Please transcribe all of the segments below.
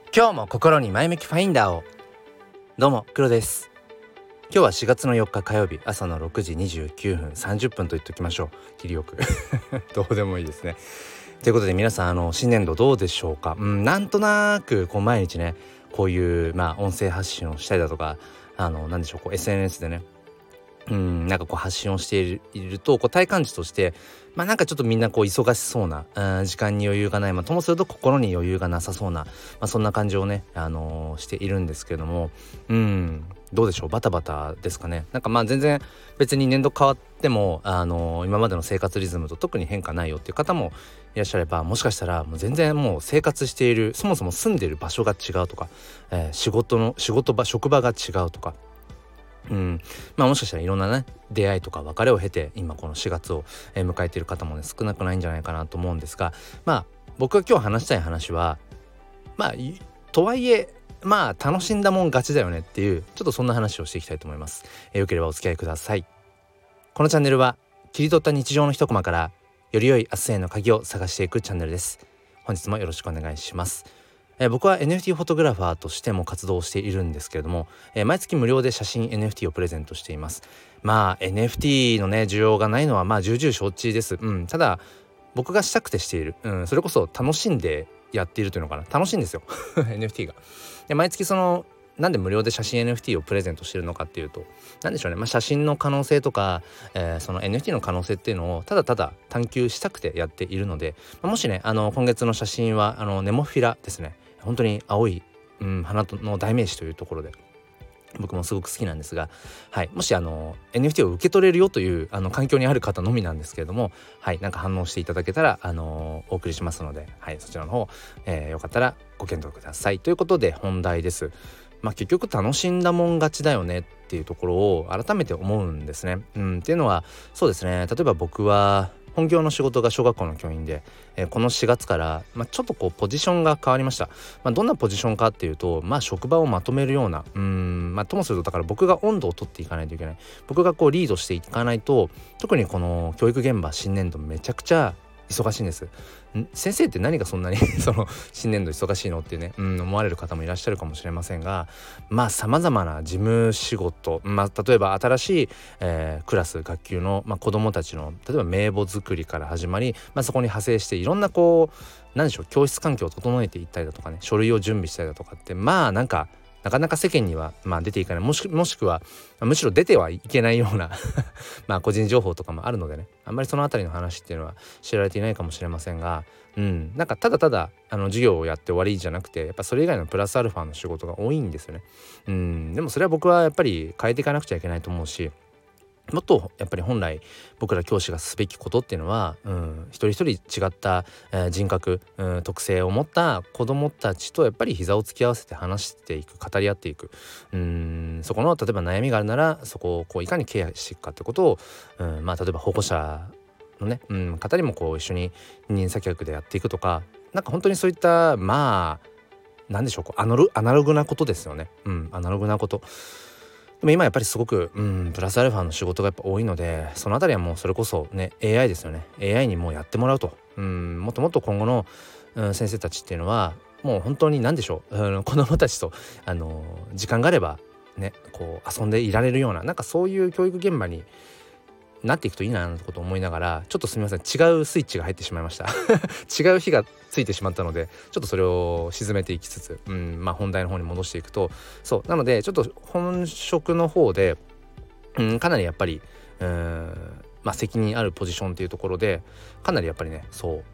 今日も心に前向きファインダーを。どうも黒です。今日は4月の4日火曜日、朝の6時29分30分と言っておきましょう。切りよくどうでもいいですね。ということで皆さん新年度どうでしょうか。なんとなく毎日ねこういう音声発信をしたりだとかなんでしょうSNS でねなんか発信をしていると体感値としてなんかちょっとみんな忙しそうな、時間に余裕がない、ともすると心に余裕がなさそうな、そんな感じをね、しているんですけれども、どうでしょう、バタバタですかね。なんか全然別に年度変わっても今までの生活リズムと特に変化ないよっていう方もいらっしゃれば、もしかしたらもう全然もう生活しているそもそも住んでいる場所が違うとか、仕事場職場が違うとか、もしかしたらいろんなね出会いとか別れを経て今この4月を迎えている方もね少なくないんじゃないかなと思うんですが、僕が今日話したい話はとはいえ楽しんだもん勝ちだよねっていうちょっとそんな話をしていきたいと思います。よければお付き合いください。このチャンネルは切り取った日常の一コマからより良い明日への鍵を探していくチャンネルです。本日もよろしくお願いします。僕は NFT フォトグラファーとしても活動しているんですけれども、毎月無料で写真 NFT をプレゼントしています。NFT のね需要がないのは重々承知です。ただ僕がしたくてしている、それこそ楽しんでやっているというのかな、楽しいんですよNFT が。で毎月なんで無料で写真 NFT をプレゼントしてるのかっていうと、なんでしょうね、写真の可能性とか、その NFT の可能性っていうのをただただ探求したくてやっているので、もしね今月の写真はネモフィラですね、本当に青い、花の代名詞というところで僕もすごく好きなんですが、もしNFT を受け取れるよという環境にある方のみなんですけれども、なんか反応していただけたらお送りしますので、そちらの方、よかったらご検討ください。ということで本題です。結局楽しんだもん勝ちだよねっていうところを改めて思うんですね。っていうのはそうですね、例えば僕は本業の仕事が小学校の教員で、この4月から、ちょっとポジションが変わりました。どんなポジションかっていうと、職場をまとめるようなともするとだから僕が温度を取っていかないといけない、僕がリードしていかないと、特にこの教育現場新年度めちゃくちゃ忙しいんです。先生って何がそんなに新年度忙しいのってね、思われる方もいらっしゃるかもしれませんが、様々な事務仕事、例えば新しい、クラス学級の、子どもたちの例えば名簿作りから始まり、そこに派生していろんな何でしょう、教室環境を整えていったりだとかね、書類を準備したりだとかってなんかなかなか世間には出ていかない、もしくはむしろ出てはいけないような個人情報とかもあるのでね、あんまりそのあたりの話っていうのは知られていないかもしれませんが、なんかただただ授業をやって終わりじゃなくて、やっぱそれ以外のプラスアルファの仕事が多いんですよね。でもそれは僕はやっぱり変えていかなくちゃいけないと思うし、もっとやっぱり本来僕ら教師がすべきことっていうのは、一人一人違った、人格、特性を持った子どもたちとやっぱり膝を突き合わせて話していく、語り合っていく、そこの例えば悩みがあるならそこをいかにケアしていくかってことを、例えば保護者のね、方にも一緒に二人三脚でやっていくとか、なんか本当にそういったなんでしょう、アナログなことですよね。アナログなこと。でも今やっぱりすごく、プラスアルファの仕事がやっぱ多いので、そのあたりはもうそれこそね AI ですよね。 AI にもうやってもらうと、もっともっと今後の、先生たちっていうのはもう本当に何でしょう、子どもたちと時間があればね遊んでいられるような、なんかそういう教育現場になっていくといいなってことを思いながら、ちょっとすみません、違うスイッチが入ってしまいました違う火がついてしまったので、ちょっとそれを沈めていきつつ、本題の方に戻していくと、そうなのでちょっと本職の方で、かなりやっぱり責任あるポジションっていうところで、かなりやっぱりね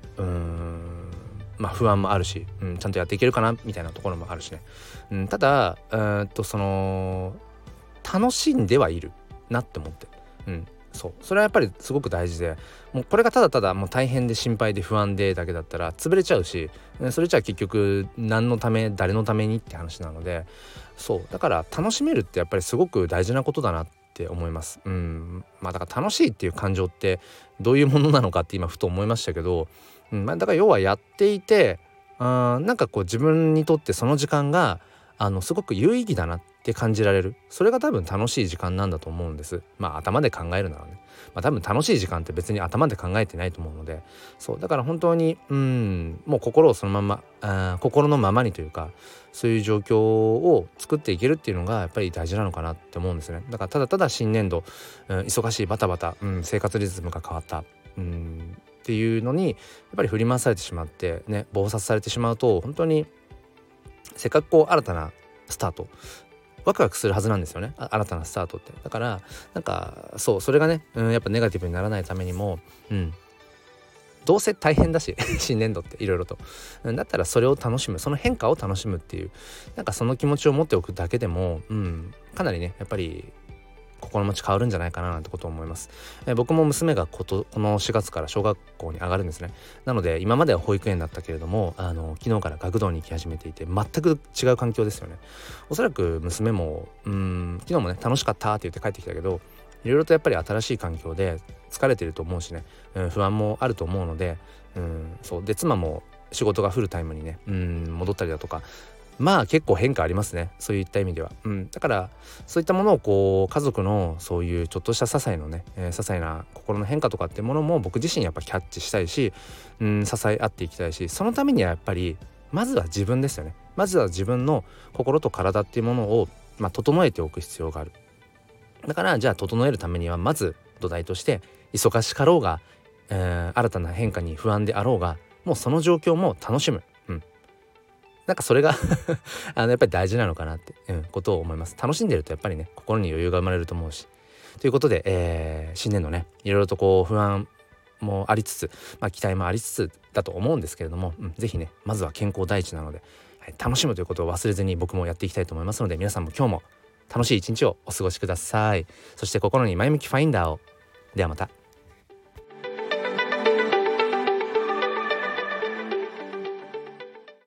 不安もあるし、ちゃんとやっていけるかなみたいなところもあるしね、ただ楽しんではいるなって思って、それはやっぱりすごく大事で、もうこれがただただもう大変で心配で不安でだけだったら潰れちゃうし、それじゃあ結局何のため誰のためにって話なので、だから楽しめるってやっぱりすごく大事なことだなって思います。だから楽しいっていう感情ってどういうものなのかって今ふと思いましたけど、だから要はやっていてなんか自分にとってその時間がすごく有意義だなって感じられる、それが多分楽しい時間なんだと思うんです。頭で考えるならね。 多分楽しい時間って別に頭で考えてないと思うので、そうだから本当にもう心をそのまま心のままにというか、そういう状況を作っていけるっていうのがやっぱり大事なのかなって思うんですね。だからただただ新年度、忙しいバタバタ、生活リズムが変わった、っていうのにやっぱり振り回されてしまってね、忙殺されてしまうと、本当にせっかく新たなスタート、ワクワクするはずなんですよね、新たなスタートって。だからそれがね、やっぱネガティブにならないためにも、どうせ大変だし新年度っていろいろと、だったらそれを楽しむ、その変化を楽しむっていう、その気持ちを持っておくだけでも、かなりねやっぱり心持ち変わるんじゃないかななんてことを思います。僕も娘がこの4月から小学校に上がるんですね。なので今までは保育園だったけれども、昨日から学童に行き始めていて、全く違う環境ですよね。おそらく娘も昨日もね楽しかったって言って帰ってきたけど、いろいろとやっぱり新しい環境で疲れてると思うしね、不安もあると思うので、そうで妻も仕事がフルタイムにね戻ったりだとか、結構変化ありますね、そういった意味では。だからそういったものを家族のそういうちょっとした些細のね、些細な心の変化とかっていうものも僕自身やっぱキャッチしたいし、支え合っていきたいし、そのためにはやっぱりまずは自分ですよね。まずは自分の心と体っていうものを整えておく必要がある。だからじゃあ整えるためにはまず土台として忙しかろうが、新たな変化に不安であろうが、もうその状況も楽しむ。それがやっぱり大事なのかなって、ことを思います。楽しんでるとやっぱりね心に余裕が生まれると思うし。ということで、新年のねいろいろと不安もありつつ、期待もありつつだと思うんですけれども、ぜひねまずは健康第一なので、楽しむということを忘れずに僕もやっていきたいと思いますので、皆さんも今日も楽しい一日をお過ごしください。そして心に前向きファインダーを。ではまた。